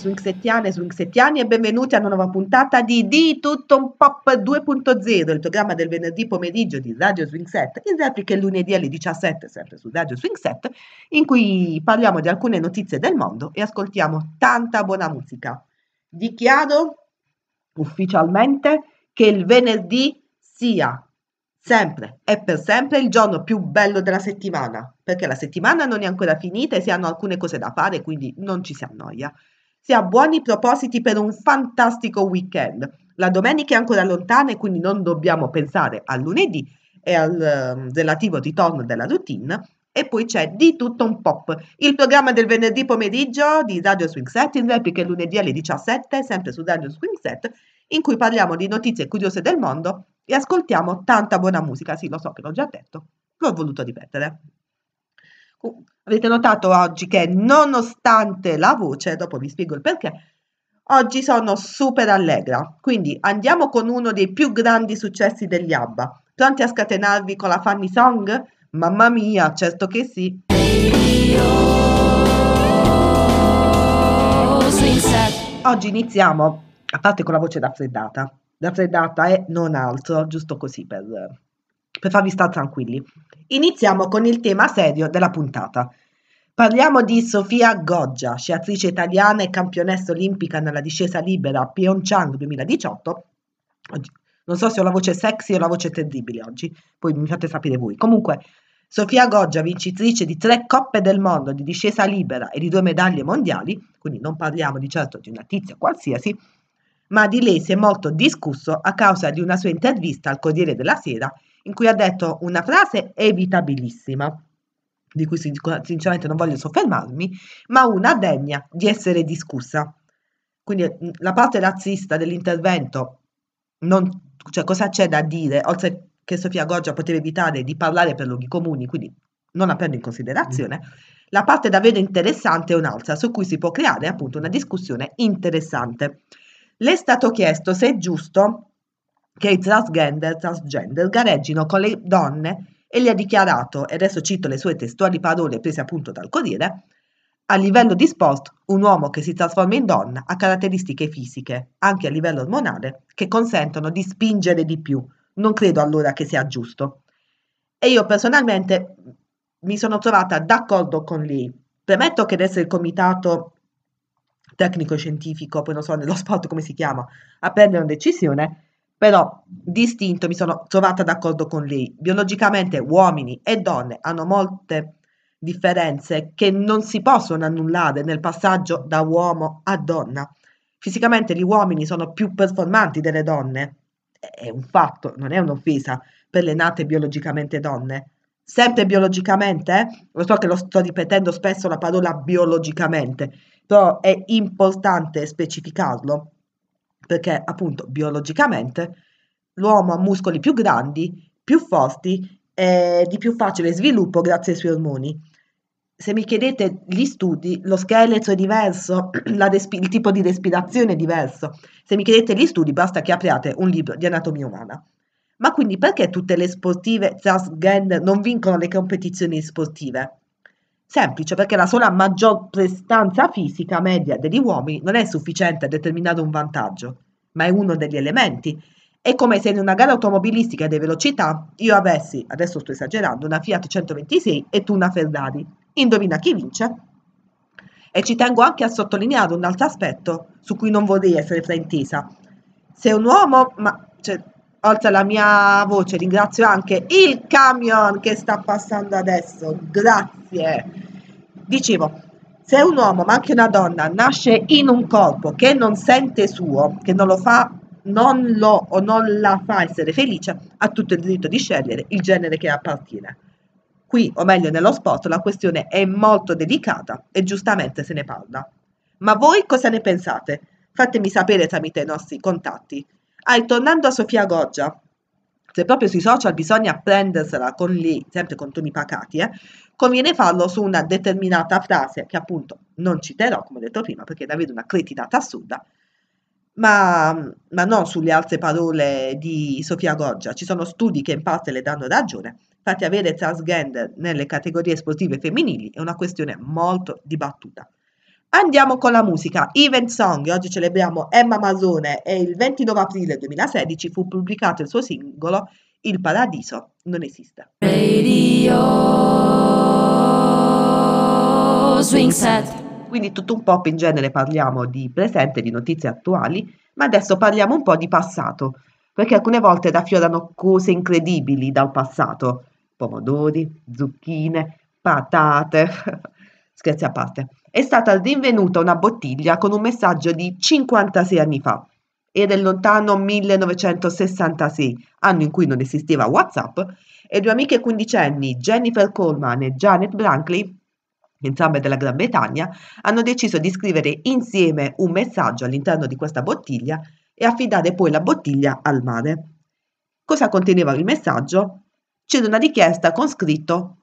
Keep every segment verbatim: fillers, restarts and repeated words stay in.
swingsettiane e swingsettiani e benvenuti a una nuova puntata di Di Tutto Un Pop due punto zero, il programma del venerdì pomeriggio di Radio Swing Set, in replica il lunedì alle diciassette, sempre su Radio Swing Set, in cui parliamo di alcune notizie del mondo e ascoltiamo tanta buona musica. Dichiaro ufficialmente che il venerdì sia sempre e per sempre il giorno più bello della settimana, perché la settimana non è ancora finita e si hanno alcune cose da fare, quindi non ci si annoia. Si ha buoni propositi per un fantastico weekend. La domenica è ancora lontana e quindi non dobbiamo pensare al lunedì e al eh, relativo ritorno della routine. E poi c'è Di Tutto Un Pop, il programma del venerdì pomeriggio di Radio Swing Set, in replica il lunedì alle diciassette, sempre su Radio Swing Set, in cui parliamo di notizie curiose del mondo e ascoltiamo tanta buona musica. Sì, lo so che l'ho già detto, l'ho voluto ripetere. Uh, Avete notato oggi che nonostante la voce, dopo vi spiego il perché, oggi sono super allegra. Quindi andiamo con uno dei più grandi successi degli ABBA. Pronti a scatenarvi con la funny song? Mamma mia, certo che sì. Oggi iniziamo, a parte con la voce raffreddata, raffreddata e non altro, giusto così per, per farvi stare tranquilli. Iniziamo con il tema serio della puntata. Parliamo di Sofia Goggia, sciatrice italiana e campionessa olimpica nella discesa libera a Pyeongchang duemiladiciotto. Oggi, non so se ho la voce sexy o la voce terribile oggi, poi mi fate sapere voi. Comunque, Sofia Goggia, vincitrice di tre coppe del mondo di discesa libera e di due medaglie mondiali, quindi non parliamo di certo di una tizia qualsiasi, ma di lei si è molto discusso a causa di una sua intervista al Corriere della Sera in cui ha detto una frase evitabilissima, di cui sinceramente non voglio soffermarmi, ma una degna di essere discussa. Quindi la parte razzista dell'intervento, non, cioè cosa c'è da dire, oltre che Sofia Goggia poteva evitare di parlare per luoghi comuni, quindi non la prendo in considerazione, la parte davvero interessante è un'altra, su cui si può creare appunto una discussione interessante. Le è stato chiesto se è giusto che i transgender, transgender gareggino con le donne e gli ha dichiarato, e adesso cito le sue testuali parole prese appunto dal Corriere, a livello di sport un uomo che si trasforma in donna ha caratteristiche fisiche, anche a livello ormonale, che consentono di spingere di più. Non credo allora che sia giusto. E io personalmente mi sono trovata d'accordo con lei. Premetto che adesso il comitato tecnico-scientifico, poi non so nello sport come si chiama, a prendere una decisione, però distinto mi sono trovata d'accordo con lei. Biologicamente uomini e donne hanno molte differenze che non si possono annullare nel passaggio da uomo a donna. Fisicamente gli uomini sono più performanti delle donne, è un fatto, non è un'offesa per le nate biologicamente donne. Sempre biologicamente, eh? Lo so che lo sto ripetendo spesso la parola biologicamente, però è importante specificarlo perché appunto biologicamente l'uomo ha muscoli più grandi, più forti e di più facile sviluppo grazie ai suoi ormoni. Se mi chiedete gli studi, lo scheletro è diverso, la respi- il tipo di respirazione è diverso. Se mi chiedete gli studi, basta che apriate un libro di anatomia umana. Ma quindi perché tutte le sportive transgender non vincono le competizioni sportive? Semplice, perché la sola maggior prestanza fisica media degli uomini non è sufficiente a determinare un vantaggio, ma è uno degli elementi. È come se in una gara automobilistica di velocità io avessi, adesso sto esagerando, una Fiat centoventisei e tu una Ferrari. Indovina chi vince? E ci tengo anche a sottolineare un altro aspetto su cui non vorrei essere fraintesa. Se un uomo, ma cioè, oltre alla mia voce, ringrazio anche il camion che sta passando adesso. Grazie. Dicevo, se un uomo, ma anche una donna, nasce in un corpo che non sente suo, che non lo fa, non lo o non la fa essere felice, ha tutto il diritto di scegliere il genere che appartiene. Qui, o meglio nello sport, la questione è molto delicata e giustamente se ne parla. Ma voi cosa ne pensate? Fatemi sapere tramite i nostri contatti. Ah, e tornando a Sofia Goggia, se proprio sui social bisogna prendersela con lei, sempre con toni pacati, eh, conviene farlo su una determinata frase che appunto non citerò, come ho detto prima, perché è davvero una cretinata assurda, ma, ma non sulle altre parole di Sofia Goggia. Ci sono studi che in parte le danno ragione. Infatti avere transgender nelle categorie sportive femminili è una questione molto dibattuta. Andiamo con la musica. Event Song, oggi celebriamo Emma Marrone e il ventinove aprile duemilasedici fu pubblicato il suo singolo Il paradiso non esiste. Radio Swing Set. Quindi tutto un po' in genere parliamo di presente, di notizie attuali, ma adesso parliamo un po' di passato, perché alcune volte raffiorano cose incredibili dal passato. Pomodori, zucchine, patate. Scherzi a parte. È stata rinvenuta una bottiglia con un messaggio di cinquantasei anni fa. Era il lontano millenovecentosessantasei, anno in cui non esisteva WhatsApp, e due amiche quindicenni, Jennifer Coleman e Janet Brantley, entrambe della Gran Bretagna, hanno deciso di scrivere insieme un messaggio all'interno di questa bottiglia e affidare poi la bottiglia al mare. Cosa conteneva il messaggio? C'era una richiesta con scritto,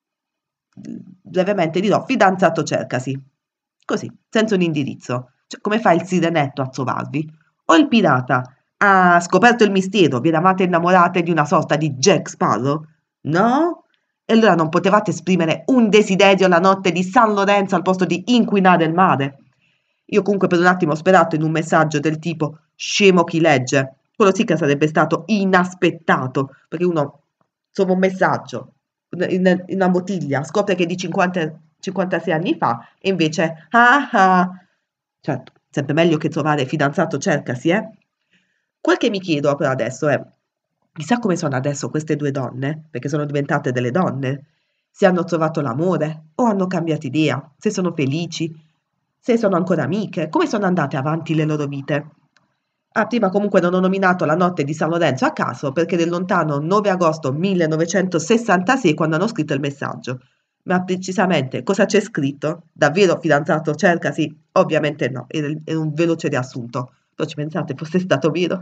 brevemente dirò, fidanzato cercasi. Così, senza un indirizzo. Cioè, come fa il sirenetto a trovarvi? O il pirata ha scoperto il mistero, vi eravate innamorate di una sorta di Jack Sparrow? No? E allora non potevate esprimere un desiderio la notte di San Lorenzo al posto di inquinare il mare? Io comunque per un attimo ho sperato in un messaggio del tipo scemo chi legge. Quello sì che sarebbe stato inaspettato, perché uno trova un messaggio in, in una bottiglia, scopre che è di cinquanta, cinquantasei anni fa e invece, ah ah, certo, sempre meglio che trovare fidanzato cercasi, eh? Quel che mi chiedo però adesso è, chissà come sono adesso queste due donne, perché sono diventate delle donne, se hanno trovato l'amore o hanno cambiato idea, se sono felici, se sono ancora amiche, come sono andate avanti le loro vite. Ah, prima comunque non ho nominato la notte di San Lorenzo a caso perché del lontano nove agosto millenovecentosessantasei quando hanno scritto il messaggio. Ma precisamente cosa c'è scritto? Davvero fidanzato cercasi? Ovviamente no, era, era un veloce riassunto. Però ci pensate, fosse stato vero?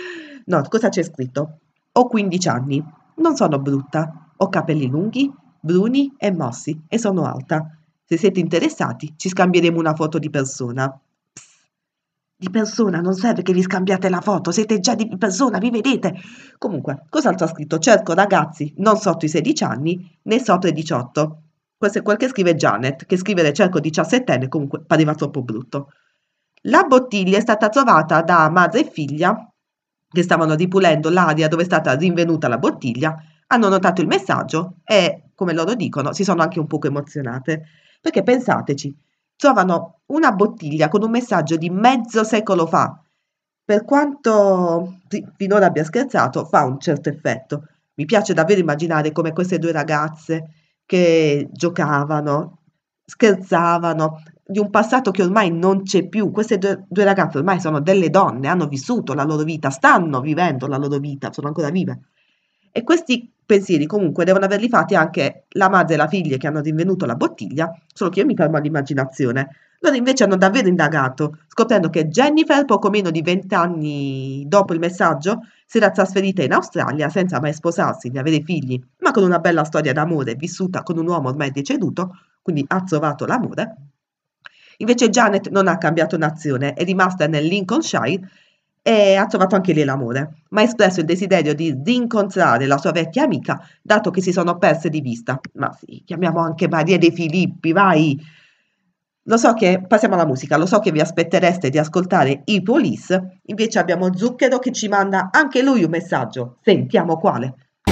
No, cosa c'è scritto? Ho quindici anni, non sono brutta, ho capelli lunghi, bruni e mossi e sono alta. Se siete interessati, ci scambieremo una foto di persona. Psst, di persona, non serve che vi scambiate la foto, siete già di persona, vi vedete. Comunque, cos'altro ha scritto? Cerco ragazzi non sotto i sedici anni né sopra i diciotto. Questo è quel che scrive Janet, che scrivere cerco diciassettenne comunque pareva troppo brutto. La bottiglia è stata trovata da madre e figlia che stavano ripulendo l'area dove è stata rinvenuta la bottiglia, hanno notato il messaggio e, come loro dicono, si sono anche un poco emozionate. Perché pensateci, trovano una bottiglia con un messaggio di mezzo secolo fa. Per quanto sì, finora abbia scherzato, fa un certo effetto. Mi piace davvero immaginare come queste due ragazze che giocavano, scherzavano, di un passato che ormai non c'è più. Queste due, due ragazze ormai sono delle donne, hanno vissuto la loro vita, stanno vivendo la loro vita, sono ancora vive. E questi pensieri comunque devono averli fatti anche la madre e la figlia che hanno rinvenuto la bottiglia, solo che io mi fermo all'immaginazione. Loro invece hanno davvero indagato, scoprendo che Jennifer, poco meno di venti anni dopo il messaggio, si era trasferita in Australia senza mai sposarsi né avere figli, ma con una bella storia d'amore vissuta con un uomo ormai deceduto, quindi ha trovato l'amore. Invece Janet non ha cambiato nazione, è rimasta nel Lincolnshire e ha trovato anche lei l'amore, ma ha espresso il desiderio di rincontrare la sua vecchia amica, dato che si sono perse di vista. Ma sì, chiamiamo anche Maria De Filippi, vai! Lo so che, passiamo alla musica, lo so che vi aspettereste di ascoltare i Police, invece abbiamo Zucchero che ci manda anche lui un messaggio. Sentiamo quale.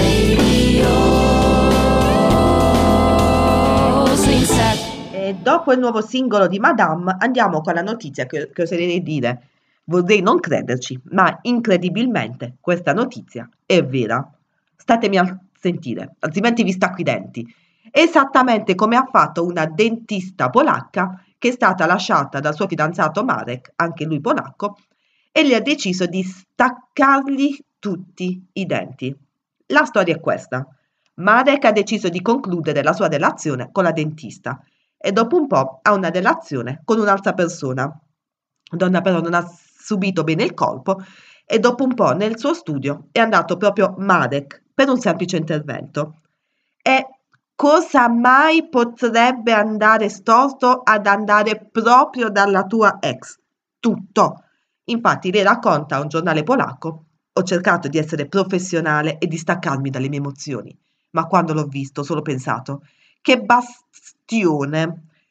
E dopo il nuovo singolo di Madame andiamo con la notizia che, che oserei dire. Vorrei non crederci, ma incredibilmente questa notizia è vera. Statemi a sentire, altrimenti vi stacco i denti. Esattamente come ha fatto una dentista polacca che è stata lasciata dal suo fidanzato Marek, anche lui polacco, e gli ha deciso di staccargli tutti i denti. La storia è questa. Marek ha deciso di concludere la sua relazione con la dentista e dopo un po' ha una relazione con un'altra persona. La donna però non ha subito bene il colpo e dopo un po' nel suo studio è andato proprio Marek per un semplice intervento. E cosa mai potrebbe andare storto ad andare proprio dalla tua ex? Tutto. Infatti lei racconta a un giornale polacco: ho cercato di essere professionale e di staccarmi dalle mie emozioni, ma quando l'ho visto ho solo pensato: che bastione!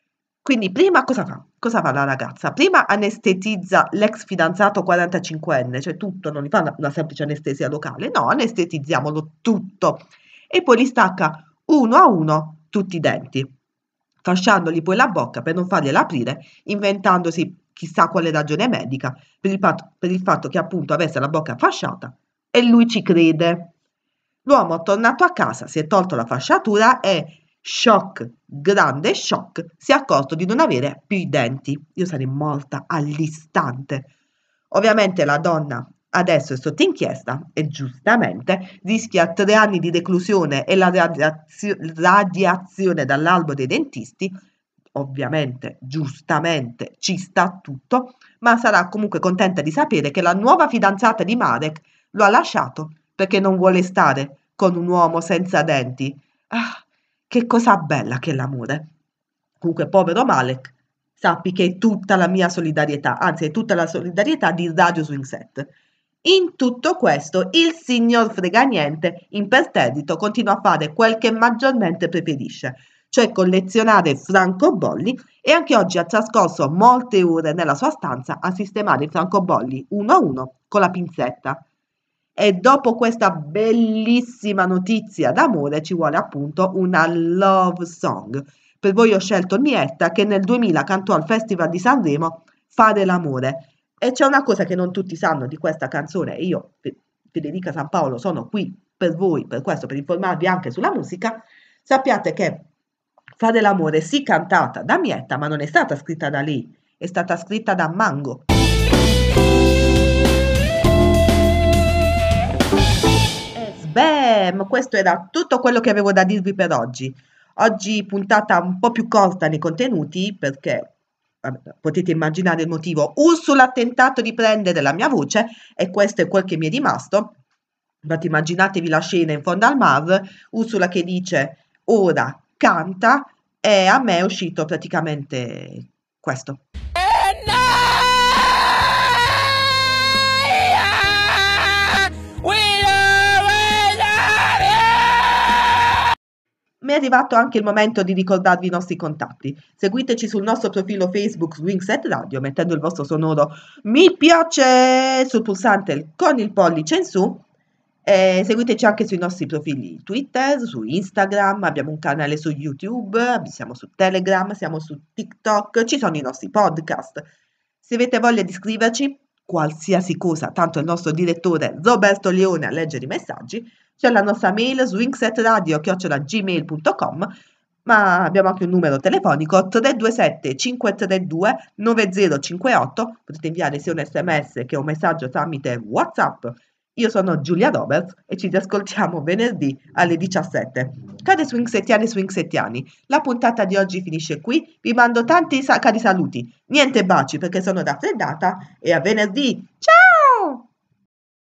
Quindi prima cosa fa? Cosa fa la ragazza? Prima anestetizza l'ex fidanzato quarantacinquenne, cioè tutto, non gli fa una, una semplice anestesia locale, no, anestetizziamolo tutto. E poi li stacca uno a uno tutti i denti, fasciandogli poi la bocca per non fargliela aprire, inventandosi chissà quale ragione medica per il, fatto, per il fatto che appunto avesse la bocca fasciata e lui ci crede. L'uomo tornato a casa si è tolto la fasciatura e, shock, grande shock, si è accorto di non avere più i denti. Io sarei morta all'istante. Ovviamente la donna adesso è sotto inchiesta e giustamente rischia tre anni di reclusione e la radiazio- radiazione dall'albo dei dentisti. Ovviamente, giustamente, ci sta tutto, ma sarà comunque contenta di sapere che la nuova fidanzata di Marek lo ha lasciato perché non vuole stare con un uomo senza denti. Ah, che cosa bella che è l'amore. Comunque, povero Malek, sappi che è tutta la mia solidarietà, anzi è tutta la solidarietà di Radio Swing Set. In tutto questo, il signor Freganiente, imperterrito, continua a fare quel che maggiormente preferisce, cioè collezionare francobolli, e anche oggi ha trascorso molte ore nella sua stanza a sistemare i francobolli uno a uno con la pinzetta. E dopo questa bellissima notizia d'amore ci vuole appunto una love song. Per voi ho scelto Nietta che nel duemila cantò al Festival di Sanremo Fare l'amore. E c'è una cosa che non tutti sanno di questa canzone, e io, Federica San Paolo, sono qui per voi, per questo, per informarvi anche sulla musica. Sappiate che Fare l'amore sì cantata da Mietta, ma non è stata scritta da lei, è stata scritta da Mango. E sbam! Questo era tutto quello che avevo da dirvi per oggi. Oggi puntata un po' più corta nei contenuti perché vabbè, potete immaginare il motivo. Ursula ha tentato di prendere la mia voce e questo è quel che mi è rimasto. Infatti immaginatevi la scena in fondo al mar, Ursula che dice ora canta e a me è uscito praticamente questo. Mi è arrivato anche il momento di ricordarvi i nostri contatti. Seguiteci sul nostro profilo Facebook Swingset Radio mettendo il vostro sonoro mi piace sul pulsante con il pollice in su. E seguiteci anche sui nostri profili Twitter, su Instagram, abbiamo un canale su YouTube, siamo su Telegram, siamo su TikTok, ci sono i nostri podcast. Se avete voglia di scriverci qualsiasi cosa, tanto il nostro direttore Roberto Leone a leggere i messaggi, c'è la nostra mail swingsetradio chiocciola gmail punto com, ma abbiamo anche un numero telefonico tre due sette cinque tre due nove zero cinque otto, potete inviare sia un sms che un messaggio tramite WhatsApp. Io sono Giulia Roberts e ci riascoltiamo venerdì alle diciassette. Cari swingsettiani e swingsettiani, la puntata di oggi finisce qui, vi mando tanti sa- cari saluti, niente baci perché sono raffreddata e a venerdì, ciao!